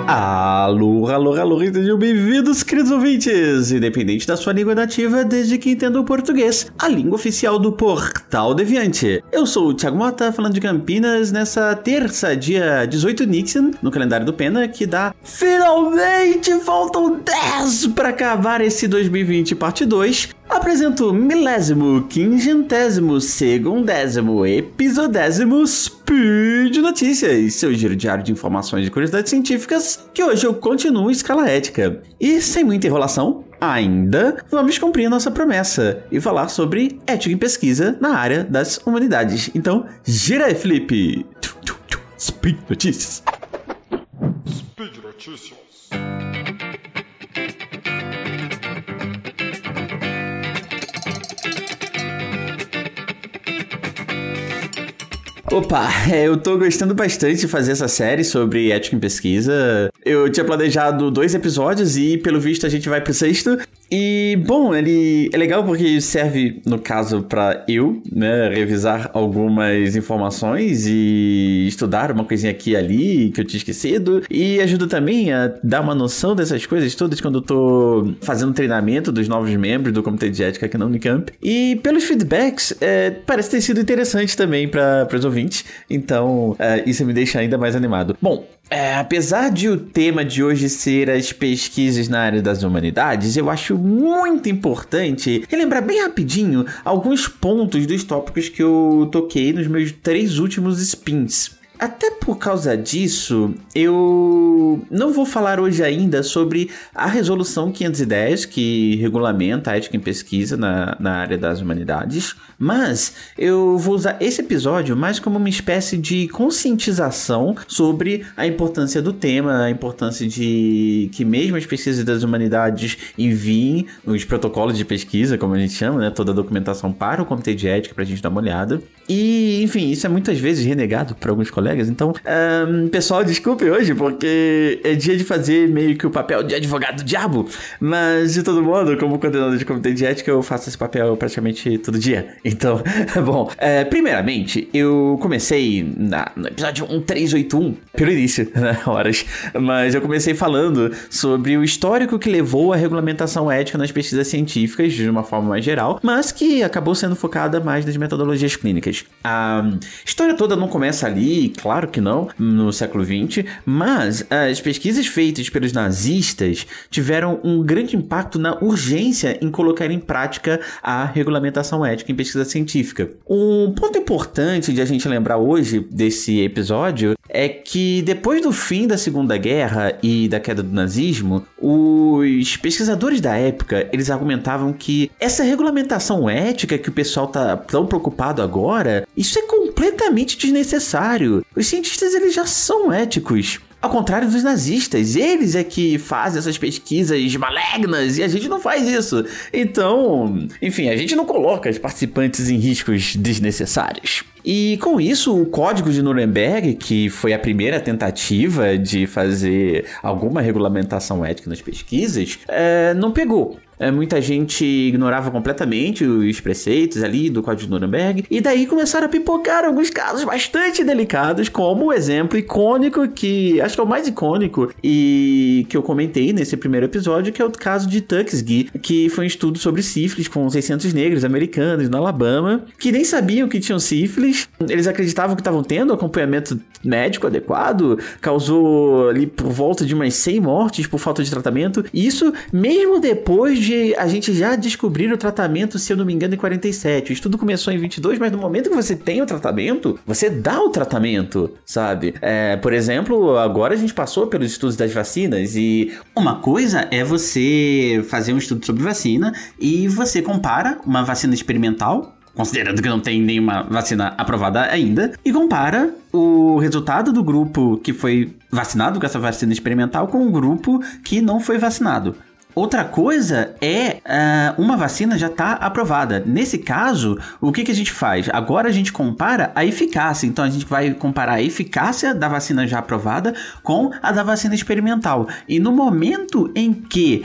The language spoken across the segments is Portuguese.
Alô, alô, alô, sejam bem-vindos, queridos ouvintes! Independente da sua língua nativa, desde que entenda o português, a língua oficial do Portal Deviante. Eu sou o Thiago Mota, falando de Campinas, nessa terça, dia 18 Nixon, no calendário do Pena, que dá... Finalmente faltam 10 para acabar esse 2020 parte 2. Apresento o 1052º, episodésimo Speed Notícias, seu giro diário de informações e curiosidades científicas, que hoje eu continuo em escala ética. E sem muita enrolação, ainda vamos cumprir nossa promessa e falar sobre ética em pesquisa na área das humanidades. Então, gira aí, Felipe! Speed Notícias. Speed Notícias. Opa, eu tô gostando bastante de fazer essa série sobre ética em pesquisa. Eu tinha planejado 2 episódios e, pelo visto, a gente vai pro 6º. E, bom, ele é legal porque serve, no caso, pra eu, né, revisar algumas informações e estudar uma coisinha aqui e ali que eu tinha esquecido. E ajuda também a dar uma noção dessas coisas todas quando eu tô fazendo treinamento dos novos membros do Comitê de Ética aqui na Unicamp. E pelos feedbacks, parece ter sido interessante também para os ouvintes. Então, isso me deixa ainda mais animado. Bom, apesar de o tema de hoje ser as pesquisas na área das humanidades, eu acho muito importante relembrar bem rapidinho alguns pontos dos tópicos que eu toquei nos meus 3 últimos spins. Até por causa disso, eu não vou falar hoje ainda sobre a Resolução 510, que regulamenta a ética em pesquisa na área das humanidades, mas eu vou usar esse episódio mais como uma espécie de conscientização sobre a importância do tema, a importância de que mesmo as pesquisas das humanidades enviem os protocolos de pesquisa, como a gente chama, né, toda a documentação para o Comitê de Ética pra gente dar uma olhada. E, enfim, isso é muitas vezes renegado por alguns colegas, então, pessoal, desculpe hoje, porque é dia de fazer meio que o papel de advogado do diabo, mas de todo modo, como coordenador de comitê de ética, eu faço esse papel praticamente todo dia. Então, bom, primeiramente, eu comecei no episódio 1381, pelo início, né, horas, mas eu comecei falando sobre o histórico que levou à regulamentação ética nas pesquisas científicas, de uma forma mais geral, mas que acabou sendo focada mais nas metodologias clínicas. A história toda não começa ali, claro que não, no século XX, mas as pesquisas feitas pelos nazistas tiveram um grande impacto na urgência em colocar em prática a regulamentação ética em pesquisa científica. Um ponto importante de a gente lembrar hoje desse episódio é que depois do fim da Segunda Guerra e da queda do nazismo, os pesquisadores da época, eles argumentavam que essa regulamentação ética que o pessoal tá tão preocupado agora, isso é completamente desnecessário. Os cientistas, eles já são éticos. Ao contrário dos nazistas, eles é que fazem essas pesquisas malignas e a gente não faz isso. Então, enfim, a gente não coloca os participantes em riscos desnecessários. E com isso, o Código de Nuremberg, que foi a primeira tentativa de fazer alguma regulamentação ética nas pesquisas, não pegou. Muita gente ignorava completamente os preceitos ali do Código de Nuremberg, e daí começaram a pipocar alguns casos bastante delicados, como o exemplo icônico, que acho que é o mais icônico, e que eu comentei nesse primeiro episódio, que é o caso de Tuskegee, que foi um estudo sobre sífilis com 600 negros americanos no Alabama, que nem sabiam que tinham sífilis, eles acreditavam que estavam tendo acompanhamento médico adequado, causou ali por volta de umas 100 mortes por falta de tratamento, e isso mesmo depois de a gente já descobrir o tratamento, se eu não me engano, em 47. O estudo começou em 22, mas no momento que você tem o tratamento, você dá o tratamento, sabe? Por exemplo, agora a gente passou pelos estudos das vacinas e uma coisa é você fazer um estudo sobre vacina e você compara uma vacina experimental, considerando que não tem nenhuma vacina aprovada ainda, e compara o resultado do grupo que foi vacinado com essa vacina experimental com o grupo que não foi vacinado. Outra coisa é uma vacina já está aprovada. Nesse caso, o que a gente faz? Agora a gente compara a eficácia. Então a gente vai comparar a eficácia da vacina já aprovada com a da vacina experimental. E no momento em que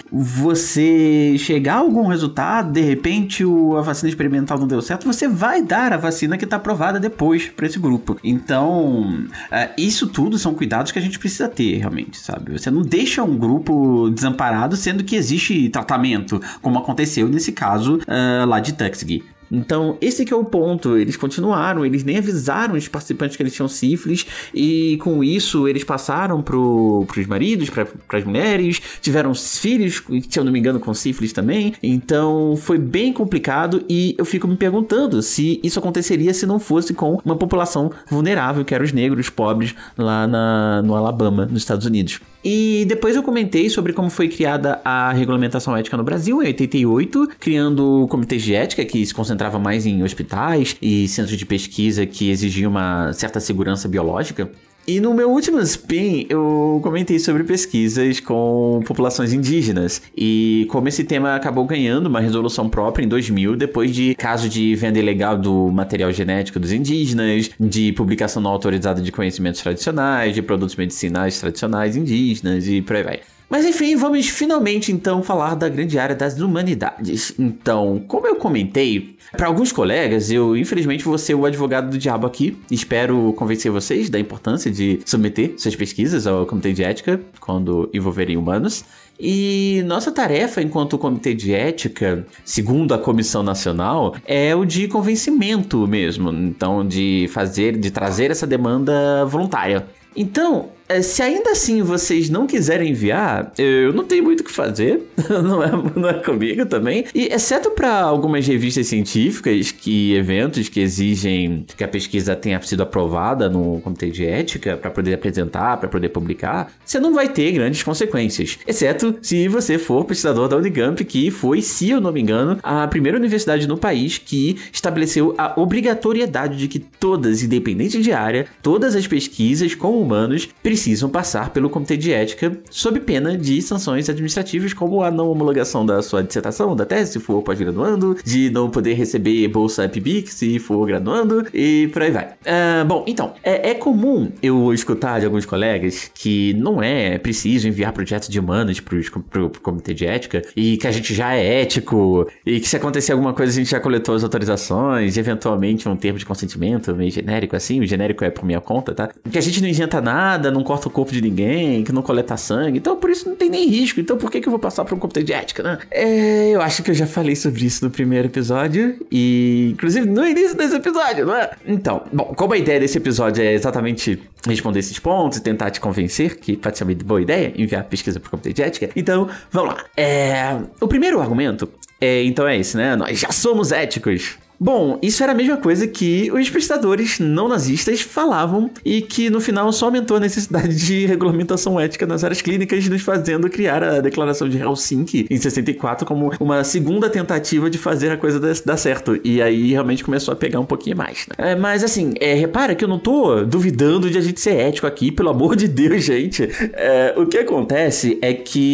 você chegar a algum resultado, de repente a vacina experimental não deu certo, você vai dar a vacina que está aprovada depois para esse grupo. Então, isso tudo são cuidados que a gente precisa ter realmente, sabe? Você não deixa um grupo desamparado, sendo que existe tratamento, como aconteceu nesse caso lá de Tuskegee. Então, esse que é o ponto. Eles continuaram, eles nem avisaram os participantes que eles tinham sífilis, e com isso eles passaram pros maridos, pras mulheres, tiveram filhos, se eu não me engano, com sífilis também. Então, foi bem complicado, e eu fico me perguntando se isso aconteceria se não fosse com uma população vulnerável, que eram os negros pobres lá no Alabama, nos Estados Unidos. E depois eu comentei sobre como foi criada a regulamentação ética no Brasil em 88, criando comitês de ética que se concentrava mais em hospitais e centros de pesquisa que exigiam uma certa segurança biológica. E no meu último spin, eu comentei sobre pesquisas com populações indígenas e como esse tema acabou ganhando uma resolução própria em 2000, depois de caso de venda ilegal do material genético dos indígenas, de publicação não autorizada de conhecimentos tradicionais, de produtos medicinais tradicionais indígenas e por aí vai. Mas enfim, vamos finalmente então falar da grande área das humanidades. Então, como eu comentei, para alguns colegas, eu infelizmente vou ser o advogado do diabo aqui. Espero convencer vocês da importância de submeter suas pesquisas ao comitê de ética quando envolverem humanos. E nossa tarefa enquanto comitê de ética, segundo a Comissão Nacional, é o de convencimento mesmo. Então, de trazer essa demanda voluntária. Então, se ainda assim vocês não quiserem enviar, eu não tenho muito o que fazer, não é comigo também. E exceto para algumas revistas científicas, eventos que exigem que a pesquisa tenha sido aprovada no comitê de ética para poder apresentar, para poder publicar, você não vai ter grandes consequências. Exceto se você for pesquisador da Unicamp, que foi, se eu não me engano, a primeira universidade no país que estabeleceu a obrigatoriedade de que todas, independente de área, todas as pesquisas com humanos precisam passar pelo comitê de ética sob pena de sanções administrativas, como a não homologação da sua dissertação, da tese, se for pós-graduando, de não poder receber bolsa PIBIC, se for graduando, e por aí vai. Bom, então, é comum eu escutar de alguns colegas que não é preciso enviar projetos de humanos pro comitê de ética, e que a gente já é ético, e que se acontecer alguma coisa a gente já coletou as autorizações, e eventualmente um termo de consentimento meio genérico assim, o genérico é por minha conta, tá? Que a gente não inventa nada, não corta o corpo de ninguém, que não coleta sangue, então por isso não tem nem risco. Então por que eu vou passar por um comitê de ética, né? Eu acho que eu já falei sobre isso no primeiro episódio, e inclusive no início desse episódio, não é? Então, bom, como a ideia desse episódio é exatamente responder esses pontos e tentar te convencer que pode ser uma boa ideia enviar pesquisa pro comitê de ética, então vamos lá. O primeiro argumento então é esse, né? Nós já somos éticos. Bom, isso era a mesma coisa que os pesquisadores não nazistas falavam e que no final só aumentou a necessidade de regulamentação ética nas áreas clínicas, nos fazendo criar a Declaração de Helsinki em 64 como uma segunda tentativa de fazer a coisa dar certo. E aí realmente começou a pegar um pouquinho mais, né? Mas assim, repara que eu não tô duvidando de a gente ser ético aqui, pelo amor de Deus, gente. O que acontece é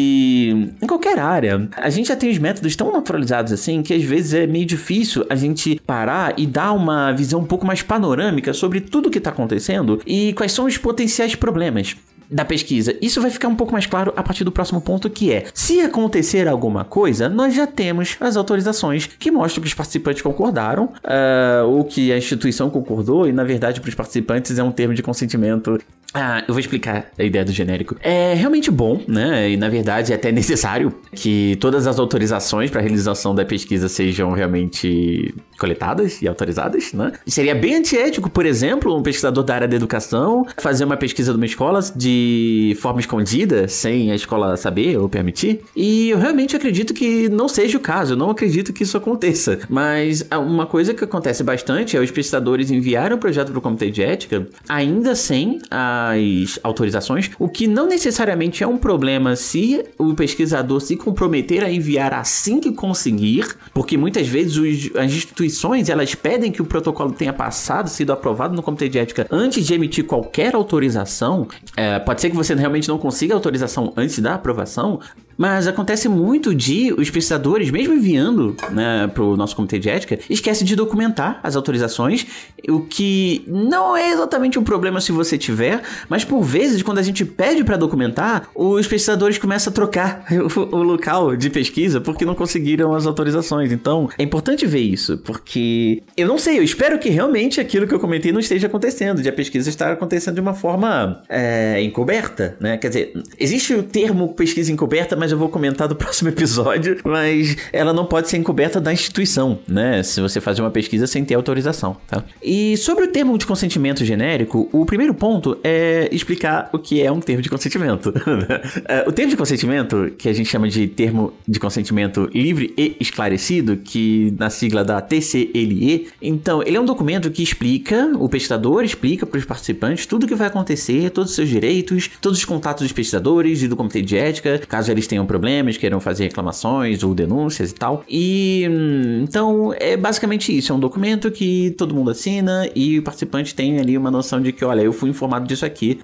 que em qualquer área, a gente já tem os métodos tão naturalizados assim que às vezes é meio difícil a gente parar e dar uma visão um pouco mais panorâmica sobre tudo o que está acontecendo e quais são os potenciais problemas da pesquisa. Isso vai ficar um pouco mais claro a partir do próximo ponto, que é: se acontecer alguma coisa, nós já temos as autorizações que mostram que os participantes concordaram, ou que a instituição concordou, e na verdade para os participantes é um termo de consentimento. Eu vou explicar a ideia do genérico. É realmente bom, né? E na verdade é até necessário que todas as autorizações para a realização da pesquisa sejam realmente coletadas e autorizadas, né? Seria bem antiético, por exemplo, um pesquisador da área da educação fazer uma pesquisa numa escola de forma escondida, sem a escola saber ou permitir. E eu realmente acredito que não seja o caso, eu não acredito que isso aconteça. Mas uma coisa que acontece bastante é os pesquisadores enviarem o projeto para o comitê de ética ainda sem as autorizações, o que não necessariamente é um problema se o pesquisador se comprometer a enviar assim que conseguir, porque muitas vezes as instituições elas pedem que o protocolo tenha sido aprovado no comitê de ética antes de emitir qualquer autorização. Pode ser que você realmente não consiga autorização antes da aprovação, Mas acontece muito de os pesquisadores, mesmo enviando, né, pro nosso comitê de ética, esquecem de documentar as autorizações, o que não é exatamente um problema se você tiver, mas por vezes, quando a gente pede para documentar, os pesquisadores começam a trocar o local de pesquisa porque não conseguiram as autorizações. Então, é importante ver isso, porque eu não sei, eu espero que realmente aquilo que eu comentei não esteja acontecendo, de a pesquisa estar acontecendo de uma forma encoberta, né? Quer dizer, existe o termo pesquisa encoberta, mas eu vou comentar do próximo episódio, mas ela não pode ser encoberta da instituição, né? Se você fazer uma pesquisa sem ter autorização, tá? E sobre o termo de consentimento genérico, o primeiro ponto é explicar o que é um termo de consentimento. O termo de consentimento, que a gente chama de termo de consentimento livre e esclarecido, que na sigla da TCLE, então, ele é um documento que explica, o pesquisador explica para os participantes tudo o que vai acontecer, todos os seus direitos, todos os contatos dos pesquisadores e do comitê de ética, caso eles tenham problemas, queiram fazer reclamações ou denúncias e tal. E então é basicamente isso, é um documento que todo mundo assina e o participante tem ali uma noção de que, olha, eu fui informado disso aqui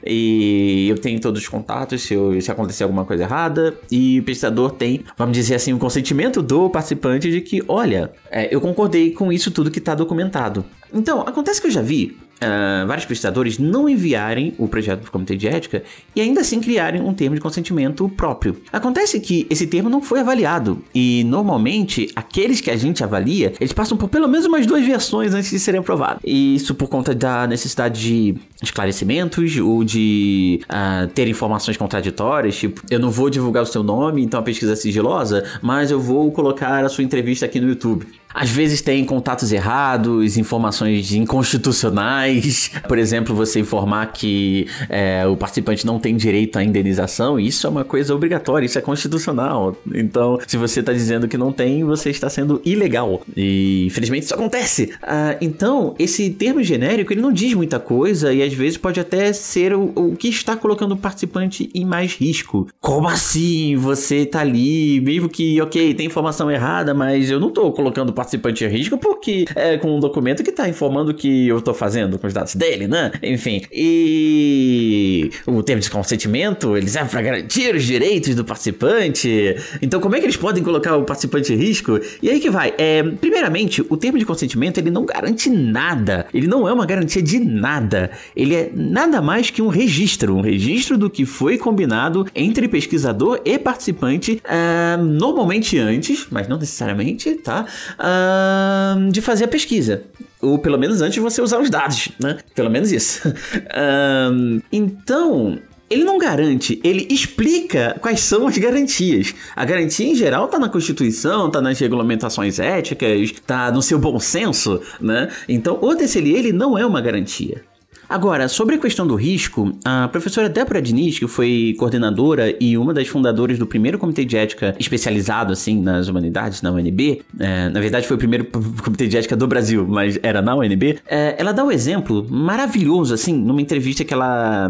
e eu tenho todos os contatos se acontecer alguma coisa errada, e o pesquisador tem, vamos dizer assim, um consentimento do participante de que, olha, eu concordei com isso tudo que está documentado. Então, acontece que eu já vi vários pesquisadores não enviarem o projeto para o comitê de ética e ainda assim criarem um termo de consentimento próprio. Acontece que esse termo não foi avaliado e normalmente aqueles que a gente avalia, eles passam por pelo menos umas 2 versões antes de serem aprovados. E isso por conta da necessidade de esclarecimentos ou de ter informações contraditórias, tipo, eu não vou divulgar o seu nome, então a pesquisa é sigilosa, mas eu vou colocar a sua entrevista aqui no YouTube. Às vezes tem contatos errados, informações inconstitucionais. Por exemplo, você informar que o participante não tem direito à indenização. Isso é uma coisa obrigatória, isso é constitucional. Então, se você está dizendo que não tem, você está sendo ilegal. E, infelizmente, isso acontece. Então, esse termo genérico, ele não diz muita coisa e, às vezes, pode até ser o que está colocando o participante em mais risco. Como assim? Você está ali, mesmo que, ok, tem informação errada, mas eu não estou colocando o participante em risco porque é com um documento que tá informando o que eu tô fazendo com os dados dele, né? Enfim, e o termo de consentimento, ele serve pra garantir os direitos do participante. Então, como é que eles podem colocar o participante em risco? E aí que vai. Primeiramente, o termo de consentimento, ele não garante nada. Ele não é uma garantia de nada. Ele é nada mais que um registro do que foi combinado entre pesquisador e participante, normalmente antes, mas não necessariamente, tá? De fazer a pesquisa. Ou pelo menos antes de você usar os dados, né? Pelo menos isso. Então, ele não garante, ele explica quais são as garantias. A garantia, em geral, está na Constituição, está nas regulamentações éticas, está no seu bom senso, né? Então, o TCLE, ele não é uma garantia. Agora, sobre a questão do risco, a professora Débora Diniz, que foi coordenadora e uma das fundadoras do primeiro comitê de ética especializado, assim, nas humanidades, na UNB, na verdade foi o primeiro comitê de ética do Brasil, mas era na UNB, ela dá um exemplo maravilhoso, assim, numa entrevista que ela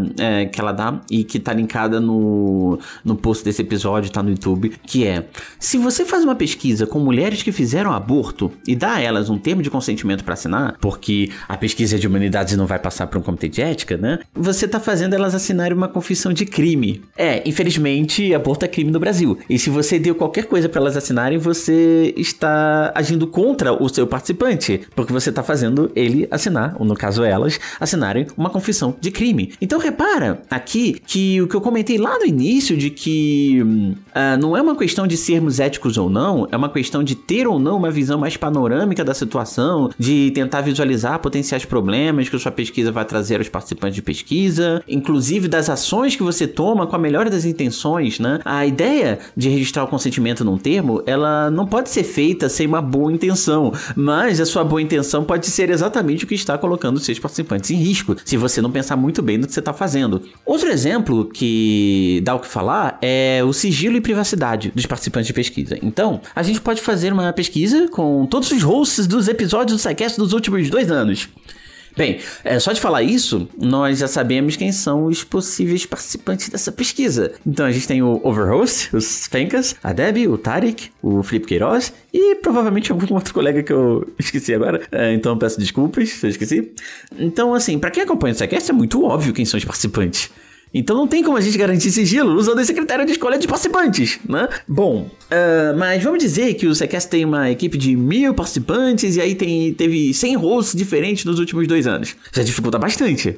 dá e que tá linkada no post desse episódio, tá no YouTube, que é: se você faz uma pesquisa com mulheres que fizeram aborto e dá a elas um termo de consentimento para assinar, porque a pesquisa de humanidades não vai passar para um comitê de ética, né? Você tá fazendo elas assinarem uma confissão de crime. Infelizmente, aborto é crime no Brasil. E se você deu qualquer coisa para elas assinarem, você está agindo contra o seu participante, porque você tá fazendo ele assinar, ou no caso elas, assinarem uma confissão de crime. Então repara aqui que o que eu comentei lá no início de que não é uma questão de sermos éticos ou não, é uma questão de ter ou não uma visão mais panorâmica da situação, de tentar visualizar potenciais problemas que a sua pesquisa vai trazer aos participantes de pesquisa, inclusive das ações que você toma com a melhor das intenções, né? A ideia de registrar o consentimento num termo, ela não pode ser feita sem uma boa intenção, mas a sua boa intenção pode ser exatamente o que está colocando os seus participantes em risco, se você não pensar muito bem no que você está fazendo. Outro exemplo que dá o que falar é o sigilo e privacidade dos participantes de pesquisa. Então, a gente pode fazer uma pesquisa com todos os hosts dos episódios do SciCast dos últimos 2 anos. Bem, só de falar isso, nós já sabemos quem são os possíveis participantes dessa pesquisa. Então a gente tem o Overhost, os Fencas, a Debbie, o Tarek, o Felipe Queiroz e provavelmente algum outro colega que eu esqueci agora. Então eu peço desculpas se eu esqueci. Então, assim, pra quem acompanha o SciCast é muito óbvio quem são os participantes. Então não tem como a gente garantir sigilo usando esse critério de escolha de participantes, né? Bom, mas vamos dizer que o Sequest tem uma equipe de 1000 participantes e aí teve 100 hosts diferentes nos últimos 2 anos. Já dificulta bastante.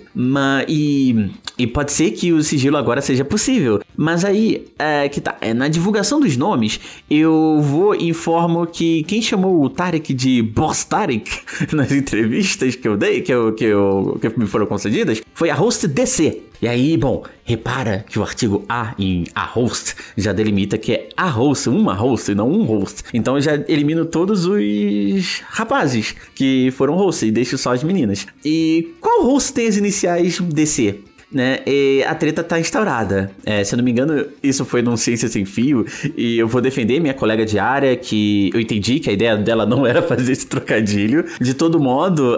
E pode ser que o sigilo agora seja possível. Mas aí, na divulgação dos nomes, eu informo que quem chamou o Tarek de Boss Tarek nas entrevistas que eu dei, que me foram concedidas, foi a host DC. E aí, bom, repara que o artigo A em a host já delimita que é a host, uma host e não um host. Então eu já elimino todos os rapazes que foram hosts e deixo só as meninas. E qual host tem as iniciais DC? Né? E a treta tá instaurada. Se eu não me engano, isso foi num Ciência Sem Fio. E eu vou defender minha colega de área, que eu entendi que a ideia dela não era fazer esse trocadilho. De todo modo,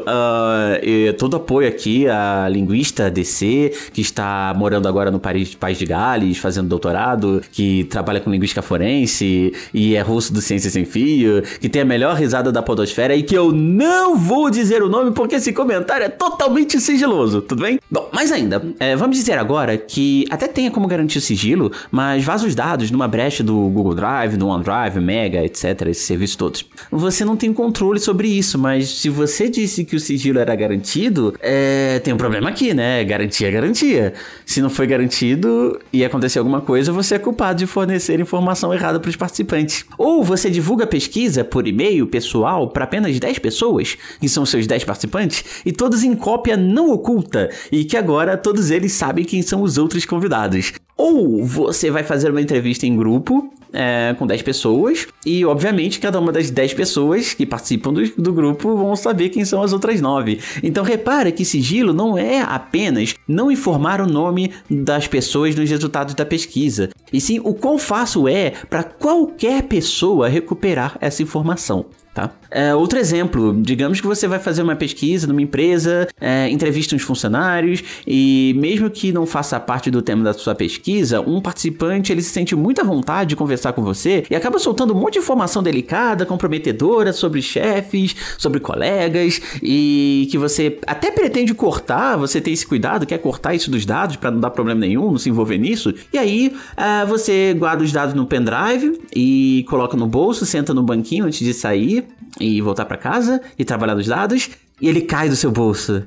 todo apoio aqui à linguista DC, que está morando agora no País de Gales, fazendo doutorado, que trabalha com linguística forense e é russo do Ciência Sem Fio, que tem a melhor risada da podosfera e que eu não vou dizer o nome porque esse comentário é totalmente sigiloso, tudo bem? Bom, mais ainda, vamos dizer agora que até tenha como garantir o sigilo, mas vaza os dados numa brecha do Google Drive, do OneDrive, Mega, etc, esses serviços todos. Você não tem controle sobre isso, mas se você disse que o sigilo era garantido, tem um problema aqui, né? Garantia é garantia. Se não foi garantido e acontecer alguma coisa, você é culpado de fornecer informação errada para os participantes. Ou você divulga a pesquisa por e-mail pessoal para apenas 10 pessoas, que são seus 10 participantes, e todos em cópia não oculta, e que agora todos eles sabem quem são os outros convidados. Ou você vai fazer uma entrevista em grupo com 10 pessoas e, obviamente, cada uma das 10 pessoas que participam do grupo vão saber quem são as outras 9. Então, repara que sigilo não é apenas não informar o nome das pessoas nos resultados da pesquisa, e sim o quão fácil é para qualquer pessoa recuperar essa informação. Tá? Outro exemplo, digamos que você vai fazer uma pesquisa numa empresa, entrevista uns funcionários e mesmo que não faça parte do tema da sua pesquisa, um participante ele se sente muito à vontade de conversar com você e acaba soltando um monte de informação delicada, comprometedora sobre chefes, sobre colegas e que você até pretende cortar, você tem esse cuidado, quer cortar isso dos dados para não dar problema nenhum, não se envolver nisso, e aí você guarda os dados no pendrive e coloca no bolso, senta no banquinho antes de sair e voltar para casa e trabalhar nos dados, e ele cai do seu bolso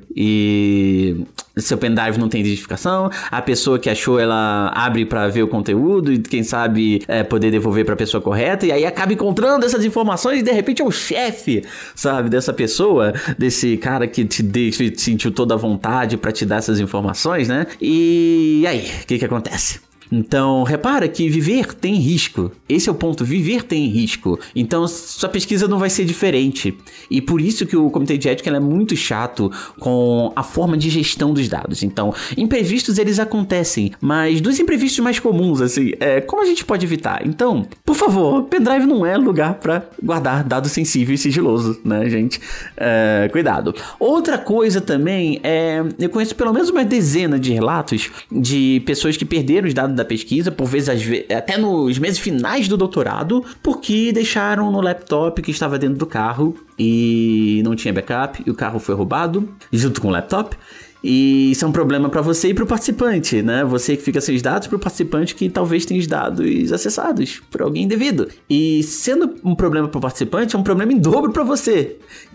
e seu pendrive não tem identificação, a pessoa que achou ela abre para ver o conteúdo e quem sabe poder devolver para a pessoa correta, e aí acaba encontrando essas informações e de repente é o chefe, sabe, dessa pessoa, desse cara que te sentiu toda a vontade para te dar essas informações, né? E aí, o que acontece? Então, repara que viver tem risco. Esse é o ponto, viver tem risco. Então, sua pesquisa não vai ser diferente. E por isso que o Comitê de Ética é muito chato com a forma de gestão dos dados. Então, imprevistos eles acontecem, mas dos imprevistos mais comuns, assim, como a gente pode evitar? Então, por favor, pendrive não é lugar para guardar dados sensíveis e sigiloso, né, gente? Cuidado. Outra coisa também eu conheço pelo menos uma dezena de relatos de pessoas que perderam os dados da pesquisa, por vezes até nos meses finais do doutorado, porque deixaram no laptop que estava dentro do carro e não tinha backup e o carro foi roubado junto com o laptop. E isso é um problema para você e para o participante, né? Você que fica sem os dados, para o participante que talvez tenha os dados acessados por alguém indevido. E sendo um problema para o participante, é um problema em dobro para você.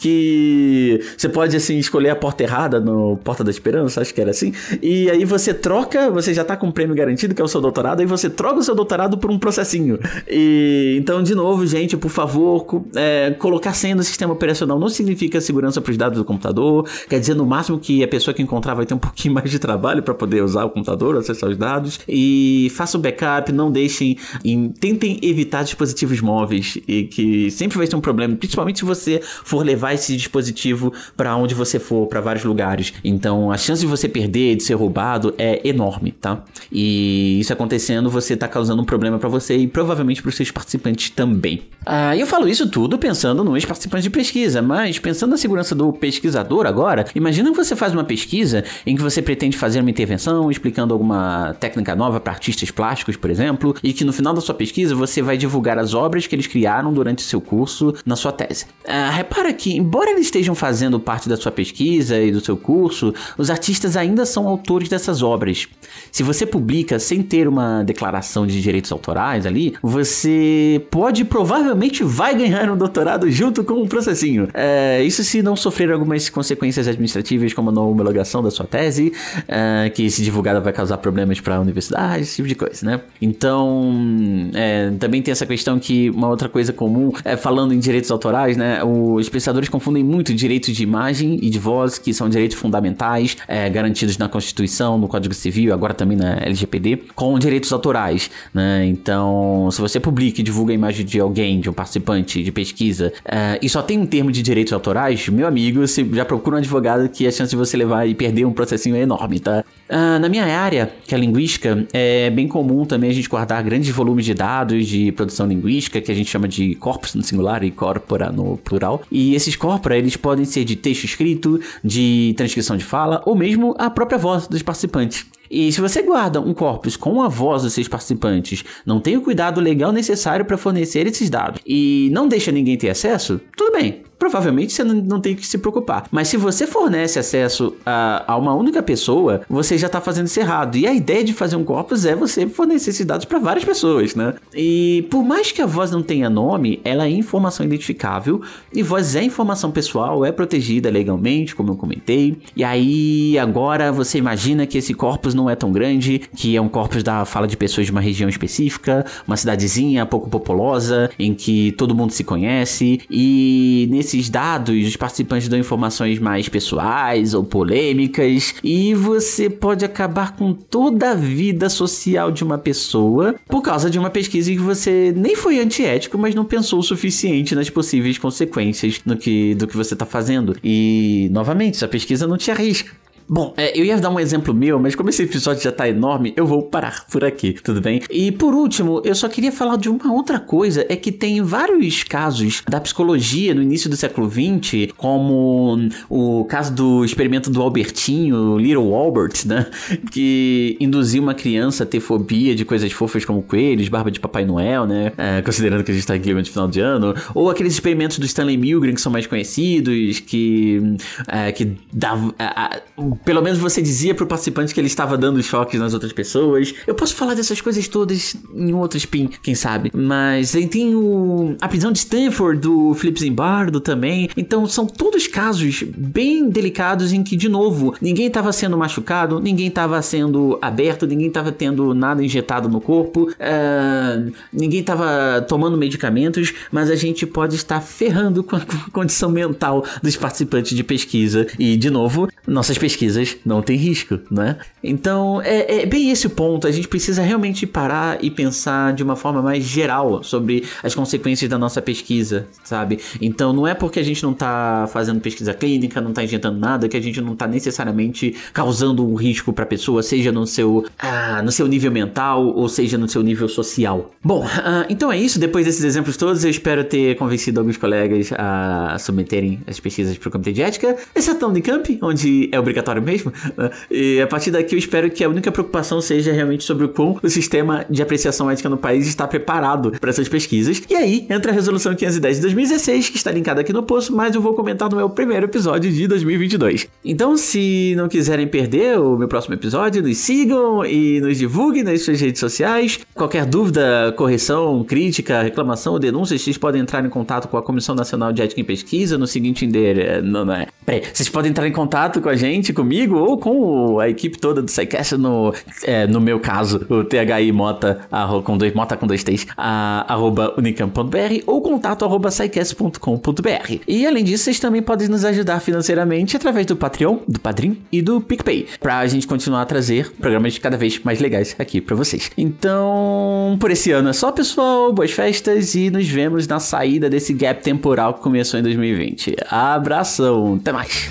Que você pode, assim, escolher a porta errada no Porta da Esperança, acho que era assim. E aí você troca, você já tá com um prêmio garantido, que é o seu doutorado, aí você troca o seu doutorado por um processinho. E então, de novo, gente, por favor, colocar senha no sistema operacional não significa segurança para os dados do computador. Quer dizer, no máximo que a pessoa que encontrar vai ter um pouquinho mais de trabalho para poder usar o computador, acessar os dados, e façam backup, não deixem, tentem evitar dispositivos móveis, e que sempre vai ter um problema, principalmente se você for levar esse dispositivo para onde você for, para vários lugares. Então a chance de você perder, de ser roubado é enorme, tá? E isso acontecendo, você tá causando um problema para você e provavelmente para os seus participantes também. E eu falo isso tudo pensando nos participantes de pesquisa, mas pensando na segurança do pesquisador agora, imagina que você faz uma pesquisa em que você pretende fazer uma intervenção explicando alguma técnica nova para artistas plásticos, por exemplo, e que no final da sua pesquisa você vai divulgar as obras que eles criaram durante seu curso na sua tese. Repara que, embora eles estejam fazendo parte da sua pesquisa e do seu curso, os artistas ainda são autores dessas obras. Se você publica sem ter uma declaração de direitos autorais ali, você provavelmente vai ganhar um doutorado junto com um processinho. Isso se não sofrer algumas consequências administrativas, como a não homologação da sua tese, que se divulgada vai causar problemas para a universidade, esse tipo de coisa, né? Então, também tem essa questão que uma outra coisa comum, falando em direitos autorais, né? Os pesquisadores confundem muito direitos de imagem e de voz, que são direitos fundamentais, garantidos na Constituição, no Código Civil, agora também na LGPD, com direitos autorais, né? Então, se você publica e divulga a imagem de alguém, de um participante de pesquisa, e só tem um termo de direitos autorais, meu amigo, você já procura um advogado que a chance de você levar e perder um processinho é enorme, tá? Na minha área, que é a linguística, é bem comum também a gente guardar grandes volumes de dados de produção linguística, que a gente chama de corpus no singular e corpora no plural. E esses corpora, eles podem ser de texto escrito, de transcrição de fala, ou mesmo a própria voz dos participantes. E se você guarda um corpus com a voz dos seus participantes, não tem o cuidado legal necessário para fornecer esses dados e não deixa ninguém ter acesso, tudo bem. Provavelmente você não tem que se preocupar. Mas se você fornece acesso a uma única pessoa, você já está fazendo isso errado. E a ideia de fazer um corpus é você fornecer esses dados para várias pessoas, né? E por mais que a voz não tenha nome, ela é informação identificável. E voz é informação pessoal, é protegida legalmente, como eu comentei. E aí, agora você imagina que esse corpus não é tão grande, que é um corpus da fala de pessoas de uma região específica, uma cidadezinha pouco populosa, em que todo mundo se conhece. E nesses dados, os participantes dão informações mais pessoais ou polêmicas, e você pode acabar com toda a vida social de uma pessoa por causa de uma pesquisa em que você nem foi antiético, mas não pensou o suficiente nas possíveis consequências do que você está fazendo. E, novamente, essa pesquisa não te arrisca. Bom, eu ia dar um exemplo meu, mas como esse episódio já tá enorme, eu vou parar por aqui, tudo bem? E por último, eu só queria falar de uma outra coisa, é que tem vários casos da psicologia no início do século XX, como o caso do experimento do Albertinho, Little Albert, né? Que induziu uma criança a ter fobia de coisas fofas como coelhos, barba de Papai Noel, né? Considerando que a gente tá em clima de final de ano. Ou aqueles experimentos do Stanley Milgram, que são mais conhecidos, que davam... Pelo menos você dizia pro participante que ele estava dando choques nas outras pessoas. Eu posso falar dessas coisas todas em outro spin, quem sabe. Mas aí tem a prisão de Stanford do Philip Zimbardo também. Então são todos casos bem delicados em que, de novo, ninguém estava sendo machucado, ninguém estava sendo aberto, ninguém estava tendo nada injetado no corpo, ninguém estava tomando medicamentos, mas a gente pode estar ferrando com a condição mental dos participantes de pesquisa. E, de novo, nossas pesquisas não tem risco, né? Então, é bem esse o ponto. A gente precisa realmente parar e pensar de uma forma mais geral sobre as consequências da nossa pesquisa, sabe? Então, não é porque a gente não tá fazendo pesquisa clínica, não tá injetando nada, que a gente não tá necessariamente causando um risco pra pessoa, seja no seu nível mental ou seja no seu nível social. Bom, então é isso. Depois desses exemplos todos, eu espero ter convencido alguns colegas a submeterem as pesquisas pro Comitê de Ética, exceto a Unicamp, onde é obrigatório mesmo, né? E a partir daqui eu espero que a única preocupação seja realmente sobre o quão o sistema de apreciação ética no país está preparado para essas pesquisas. E aí entra a resolução 510 de 2016, que está linkada aqui no post, mas eu vou comentar no meu primeiro episódio de 2022. Então, se não quiserem perder o meu próximo episódio, nos sigam e nos divulguem nas suas redes sociais. Qualquer dúvida, correção, crítica, reclamação ou denúncia, vocês podem entrar em contato com a Comissão Nacional de Ética em Pesquisa no seguinte endereço. Vocês podem entrar em contato com a gente, comigo ou com a equipe toda do SciCast, no meu caso, o THI Mota, Mota com 2 T's, @unicamp.br ou contato @scicast.com.br. E além disso, vocês também podem nos ajudar financeiramente através do Patreon, do Padrim e do PicPay, pra gente continuar a trazer programas cada vez mais legais aqui pra vocês. Então, por esse ano é só, pessoal. Boas festas e nos vemos na saída desse gap temporal que começou em 2020. Abração, até mais!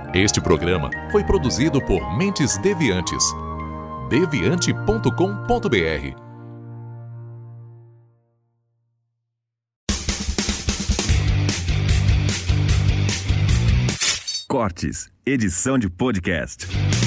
Este programa foi produzido por Mentes Deviantes. deviante.com.br. Cortes, edição de podcast.